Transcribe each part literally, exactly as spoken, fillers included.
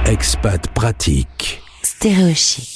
Expat pratique. Stéréochic.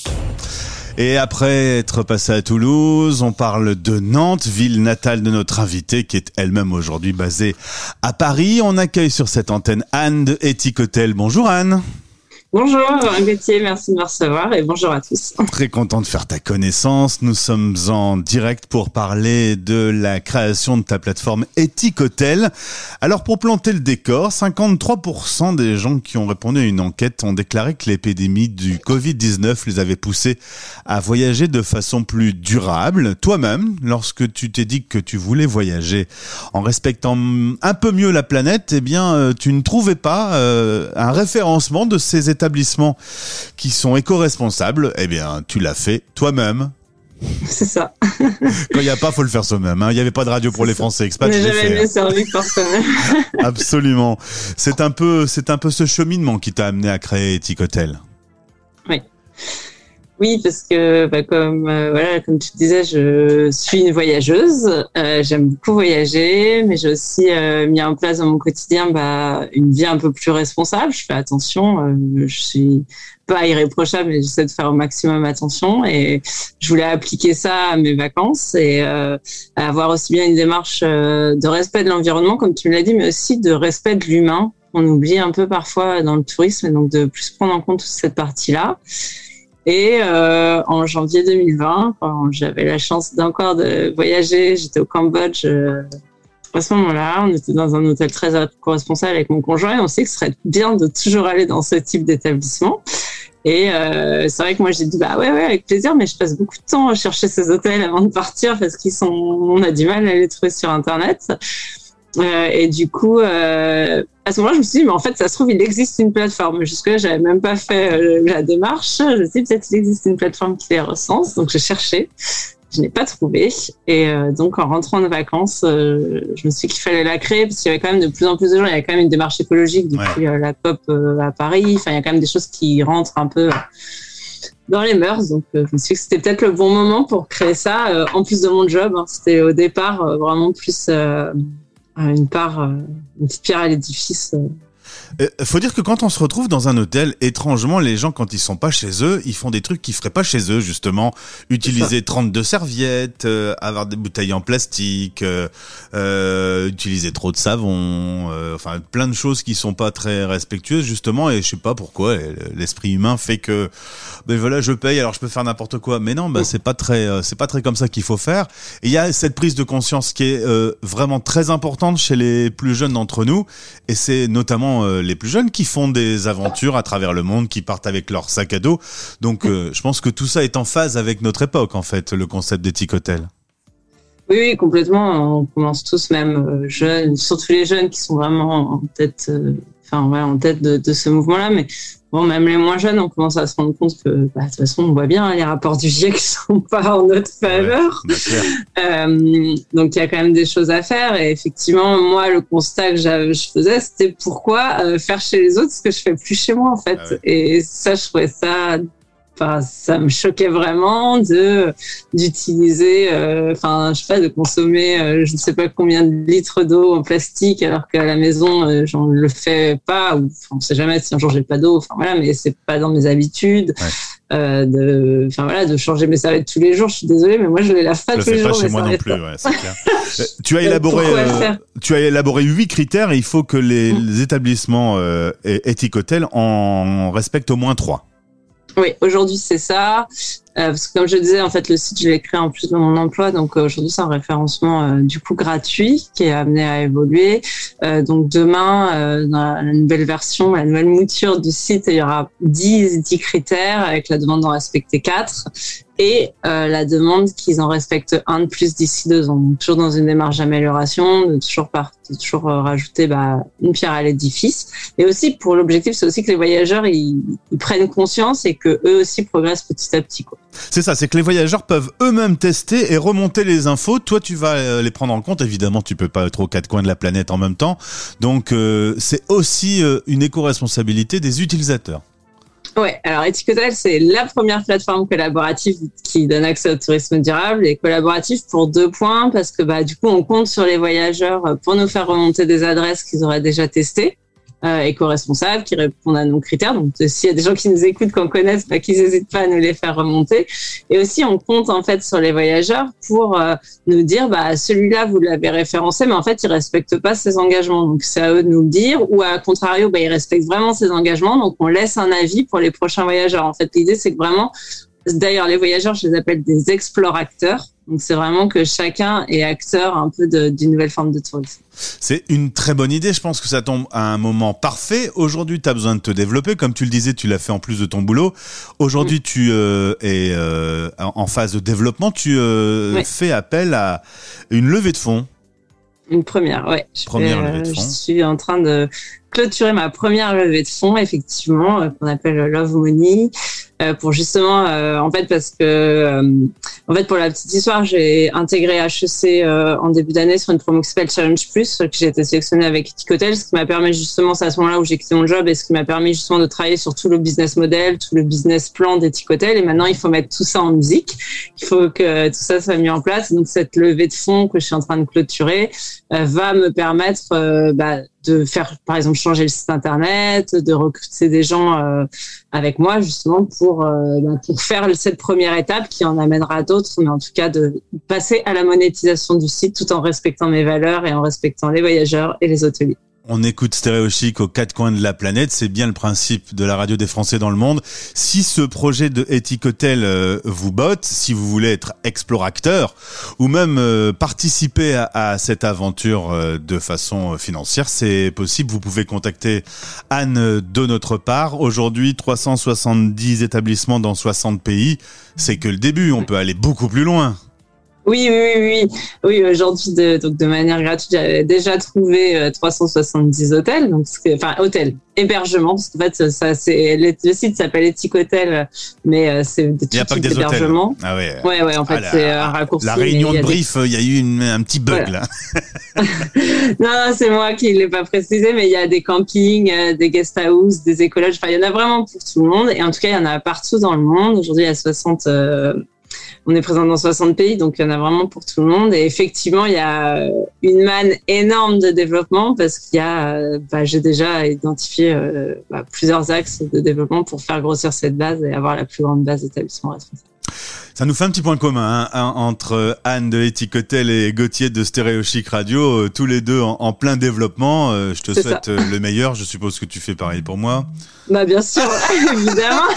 Et après être passé à Toulouse, on parle de Nantes, ville natale de notre invitée qui est elle-même aujourd'hui basée à Paris. On accueille sur cette antenne Anne de Ethic Hotel. Bonjour Anne. Bonjour Gauthier, merci de me recevoir et bonjour à tous. Très content de faire ta connaissance. Nous sommes en direct pour parler de la création de ta plateforme Ethic Hotel. Alors pour planter le décor, cinquante-trois pour cent des gens qui ont répondu à une enquête ont déclaré que l'épidémie du covid dix-neuf les avait poussés à voyager de façon plus durable. Toi-même, lorsque tu t'es dit que tu voulais voyager en respectant un peu mieux la planète, eh bien tu ne trouvais pas euh, un référencement de ces établissements établissements qui sont éco-responsables, eh bien, tu l'as fait toi-même. C'est ça. Quand il n'y a pas, faut le faire soi-même. Hein. Il n'y avait pas de radio pour c'est les Français expats. Mais j'avais mieux servi que par soi-même. Absolument. C'est un peu, c'est un peu ce cheminement qui t'a amené à créer Ethic Hotel. Oui. Oui, parce que bah, comme euh, voilà, comme tu disais, je suis une voyageuse. Euh, j'aime beaucoup voyager, mais j'ai aussi euh, mis en place dans mon quotidien bah, une vie un peu plus responsable. Je fais attention. Euh, je suis pas irréprochable, mais j'essaie de faire au maximum attention. Et je voulais appliquer ça à mes vacances et euh, avoir aussi bien une démarche euh, de respect de l'environnement, comme tu me l'as dit, mais aussi de respect de l'humain. On oublie un peu parfois dans le tourisme, et donc de plus prendre en compte toute cette partie-là. Et euh, en janvier deux mille vingt, quand j'avais la chance d'encore de voyager, j'étais au Cambodge. Euh, à ce moment-là, on était dans un hôtel très éco-responsable avec mon conjoint et on sait que ce serait bien de toujours aller dans ce type d'établissement. Et euh, c'est vrai que moi j'ai dit bah ouais ouais avec plaisir, mais je passe beaucoup de temps à chercher ces hôtels avant de partir parce qu'ils sont, on a du mal à les trouver sur internet. Euh, et du coup, euh, à ce moment-là, je me suis dit, mais en fait, ça se trouve, il existe une plateforme. Jusque-là, j'avais même pas fait euh, la démarche. Je me suis dit, peut-être il existe une plateforme qui les recense. Donc, j'ai cherché. Je n'ai pas trouvé. Et euh, donc, en rentrant de vacances, euh, je me suis dit qu'il fallait la créer parce qu'il y avait quand même de plus en plus de gens. Il y avait quand même une démarche écologique depuis ouais. euh, la COP euh, à Paris. Enfin, il y a quand même des choses qui rentrent un peu dans les mœurs. Donc, euh, je me suis dit que c'était peut-être le bon moment pour créer ça. Euh, en plus de mon job, hein. C'était au départ euh, vraiment plus... Euh, une part, une petite pierre à l'édifice. Il faut dire que quand on se retrouve dans un hôtel, étrangement, les gens, quand ils sont pas chez eux, ils font des trucs qu'ils feraient pas chez eux, justement. Utiliser trente-deux serviettes, euh, avoir des bouteilles en plastique, euh, euh, utiliser trop de savon, euh, enfin, plein de choses qui sont pas très respectueuses, justement, et je sais pas pourquoi, l'esprit humain fait que, ben voilà, je paye, alors je peux faire n'importe quoi. Mais non, ben, c'est pas très, c'est pas très comme ça qu'il faut faire. Et il y a cette prise de conscience qui est euh, vraiment très importante chez les plus jeunes d'entre nous, et c'est notamment euh, les plus jeunes qui font des aventures à travers le monde, qui partent avec leur sac à dos. Donc, euh, je pense que tout ça est en phase avec notre époque, en fait, le concept d'Ethic Hotel. Oui, oui, complètement. On commence tous, même euh, jeunes, surtout les jeunes qui sont vraiment en tête, euh, enfin, ouais, en tête de, de ce mouvement-là. Mais bon, même les moins jeunes, on commence à se rendre compte que, bah, de toute façon, on voit bien hein, les rapports du GIEC sont pas en notre faveur. Ouais, euh, donc, il y a quand même des choses à faire. Et effectivement, moi, le constat que je faisais, c'était pourquoi euh, faire chez les autres ce que je fais plus chez moi, en fait. Ah ouais. Et ça, je trouvais ça... Enfin, ça me choquait vraiment de d'utiliser, enfin, euh, je sais pas, de consommer, euh, je ne sais pas combien de litres d'eau en plastique, alors qu'à la maison, euh, j'en le fais pas, ou enfin, on sait jamais si un jour j'ai pas d'eau. Enfin voilà, mais c'est pas dans mes habitudes. Ouais. Euh, de, enfin voilà, de changer mes serviettes tous les jours. Je suis désolée, mais moi je les lave pas tous les jours. Je le fais pas chez moi non plus. Ouais, c'est clair. tu as élaboré, euh, tu as élaboré huit critères et il faut que les, mmh. les établissements euh, Ethic Hotel en respectent au moins trois. Oui, aujourd'hui c'est ça. Euh, parce que comme je disais, en fait, le site je l'ai créé en plus de mon emploi, donc euh, aujourd'hui c'est un référencement euh, du coup gratuit qui est amené à évoluer. Euh, donc demain, euh, dans la nouvelle version, la nouvelle mouture du site, il y aura dix, dix critères avec la demande d'en respecter quatre et euh, la demande qu'ils en respectent un de plus d'ici deux ans. Donc, toujours dans une démarche d'amélioration, de toujours par, de toujours euh, rajouter bah, une pierre à l'édifice. Et aussi pour l'objectif, c'est aussi que les voyageurs ils, ils prennent conscience et que eux aussi progressent petit à petit, quoi. C'est ça, c'est que les voyageurs peuvent eux-mêmes tester et remonter les infos. Toi, tu vas les prendre en compte. Évidemment, tu peux pas être aux quatre coins de la planète en même temps. Donc, euh, c'est aussi euh, une éco-responsabilité des utilisateurs. Ouais, alors Ethic Hotel, c'est la première plateforme collaborative qui donne accès au tourisme durable et collaboratif pour deux points parce que bah du coup, on compte sur les voyageurs pour nous faire remonter des adresses qu'ils auraient déjà testées. euh, éco-responsables, qui répondent à nos critères. Donc, euh, s'il y a des gens qui nous écoutent, qu'on connaisse, bah, qu'ils n'hésitent pas à nous les faire remonter. Et aussi, on compte en fait sur les voyageurs pour euh, nous dire, bah celui-là, vous l'avez référencé, mais en fait, il respecte pas ses engagements. Donc, c'est à eux de nous le dire. Ou à contrario, bah, il respecte vraiment ses engagements. Donc, on laisse un avis pour les prochains voyageurs. En fait, l'idée, c'est que vraiment, d'ailleurs, les voyageurs, je les appelle des explorateurs. Donc, c'est vraiment que chacun est acteur un peu de, d'une nouvelle forme de tourisme. C'est une très bonne idée. Je pense que ça tombe à un moment parfait. Aujourd'hui, tu as besoin de te développer. Comme tu le disais, tu l'as fait en plus de ton boulot. Aujourd'hui, mmh. tu euh, es euh, en phase de développement. Tu euh, oui. fais appel à une levée de fonds. Une première, ouais. Je première fais, levée de fonds. Je suis en train de clôturer ma première levée de fonds, effectivement, euh, qu'on appelle Love Money, euh, pour justement, euh, en fait, parce que, euh, en fait, pour la petite histoire, j'ai intégré H E C euh, en début d'année sur une promo qui s'appelle Challenge Plus, que j'ai été sélectionnée avec Ethic Hotel, ce qui m'a permis justement, c'est à ce moment-là où j'ai quitté mon job, et ce qui m'a permis justement de travailler sur tout le business model, tout le business plan d'Ethic Hotel, et maintenant, il faut mettre tout ça en musique, il faut que tout ça soit mis en place. Donc, cette levée de fonds que je suis en train de clôturer euh, va me permettre euh, bah, de faire, par exemple, changer le site internet, de recruter des gens euh, avec moi, justement, pour, euh, bah, pour faire cette première étape qui en amènera d'autres, mais en tout cas de passer à la monétisation du site tout en respectant mes valeurs et en respectant les voyageurs et les hôteliers. On écoute Stéréo Chic aux quatre coins de la planète, c'est bien le principe de la radio des Français dans le monde. Si ce projet de Ethic Hotel euh, vous botte, si vous voulez être explorateur ou même euh, participer à, à cette aventure euh, de façon financière, c'est possible. Vous pouvez contacter Anne de notre part. Aujourd'hui, trois cent soixante-dix établissements dans soixante pays. C'est que le début, on peut aller beaucoup plus loin. Oui, oui, oui, oui. Aujourd'hui, de, donc de manière gratuite, j'avais déjà trouvé euh, trois cent soixante-dix hôtels, donc enfin hôtels, hébergement, parce qu'en fait, ça, c'est le site s'appelle Ethic Hotel, mais euh, c'est des il y a pas que des hébergements. Ah ouais. Ouais, ouais. En fait, ah, c'est un raccourci. La réunion de brief, il des... y a eu une, un petit bug voilà. là. Non, c'est moi qui l'ai pas précisé, mais il y a des campings, euh, des guest house, des écologes. Enfin, il y en a vraiment pour tout le monde, et en tout cas, il y en a partout dans le monde. Aujourd'hui, il y a soixante. Euh, On est présent dans soixante pays, donc il y en a vraiment pour tout le monde. Et effectivement, il y a une manne énorme de développement parce qu'il y a, bah, j'ai déjà identifié euh, bah, plusieurs axes de développement pour faire grossir cette base et avoir la plus grande base d'établissements responsables. Ça nous fait un petit point commun hein, entre Anne de Ethic Hotel et Gauthier de Stéréo Chic Radio, euh, tous les deux en, en plein développement. Euh, je te C'est souhaite euh, le meilleur. Je suppose que tu fais pareil pour moi. Bah bien sûr, évidemment.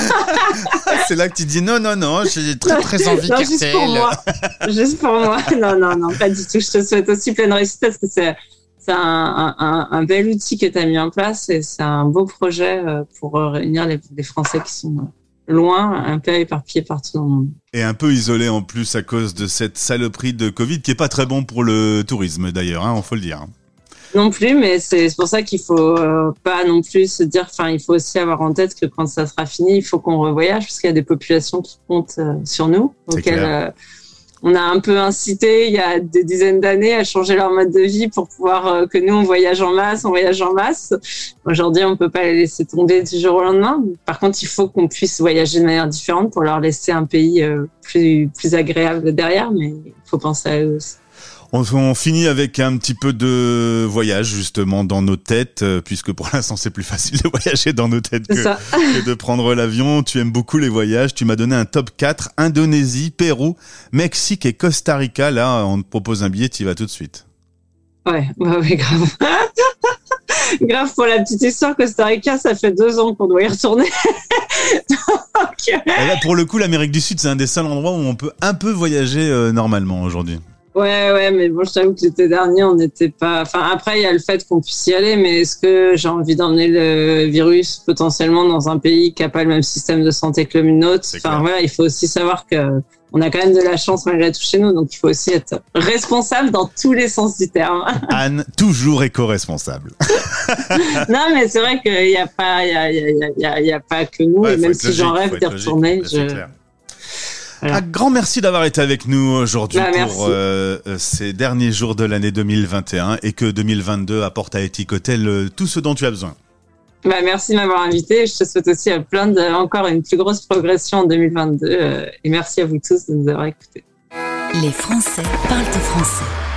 C'est là que tu dis non, non, non, j'ai très très envie non, qu'R T L. Juste pour moi. Juste pour moi. Non, non, non, pas du tout. Je te souhaite aussi pleine réussite parce que c'est, c'est un, un, un bel outil que tu as mis en place et c'est un beau projet pour réunir les, les Français qui sont loin, un peu éparpillés partout dans le monde. Et un peu isolés en plus à cause de cette saloperie de Covid qui est pas très bon pour le tourisme d'ailleurs, hein, on faut le dire. Non plus, mais c'est pour ça qu'il faut euh, pas non plus se dire, enfin, il faut aussi avoir en tête que quand ça sera fini, il faut qu'on revoyage parce qu'il y a des populations qui comptent euh, sur nous, auxquelles euh, on a un peu incité il y a des dizaines d'années à changer leur mode de vie pour pouvoir euh, que nous on voyage en masse, on voyage en masse. Aujourd'hui, on peut pas les laisser tomber du jour au lendemain. Par contre, il faut qu'on puisse voyager de manière différente pour leur laisser un pays euh, plus plus agréable derrière, mais il faut penser à eux aussi. On, on finit avec un petit peu de voyage justement dans nos têtes, euh, puisque pour l'instant c'est plus facile de voyager dans nos têtes que, que de prendre l'avion. Tu aimes beaucoup les voyages, tu m'as donné un top quatre, Indonésie, Pérou, Mexique et Costa Rica. Là, on te propose un billet, tu y vas tout de suite. Ouais, bah ouais, grave. Grave, pour la petite histoire, Costa Rica, ça fait deux ans qu'on doit y retourner. Donc... Et là, pour le coup, l'Amérique du Sud, c'est un des seuls endroits où on peut un peu voyager euh, normalement aujourd'hui. Ouais, ouais, mais bon, je t'avoue que l'été dernier, on n'était pas... Enfin, après, il y a le fait qu'on puisse y aller, mais est-ce que j'ai envie d'emmener le virus potentiellement dans un pays qui n'a pas le même système de santé que le nôtre? Enfin, clair. Voilà, il faut aussi savoir que on a quand même de la chance malgré tout chez nous, donc il faut aussi être responsable dans tous les sens du terme. Anne, toujours éco-responsable. Non, mais c'est vrai qu'il n'y a pas, il y a, il y a, il y a, il y a pas que nous, ouais, et même si logique, j'en rêve d'y retourner, je... Voilà. Un grand merci d'avoir été avec nous aujourd'hui bah, pour euh, ces derniers jours de l'année deux mille vingt et un et que deux mille vingt-deux apporte à Ethic Hotel euh, tout ce dont tu as besoin. Bah, merci de m'avoir invité. Je te souhaite aussi plein de, encore une plus grosse progression en deux mille vingt-deux euh, et merci à vous tous de nous avoir écoutés. Les Français parlent français.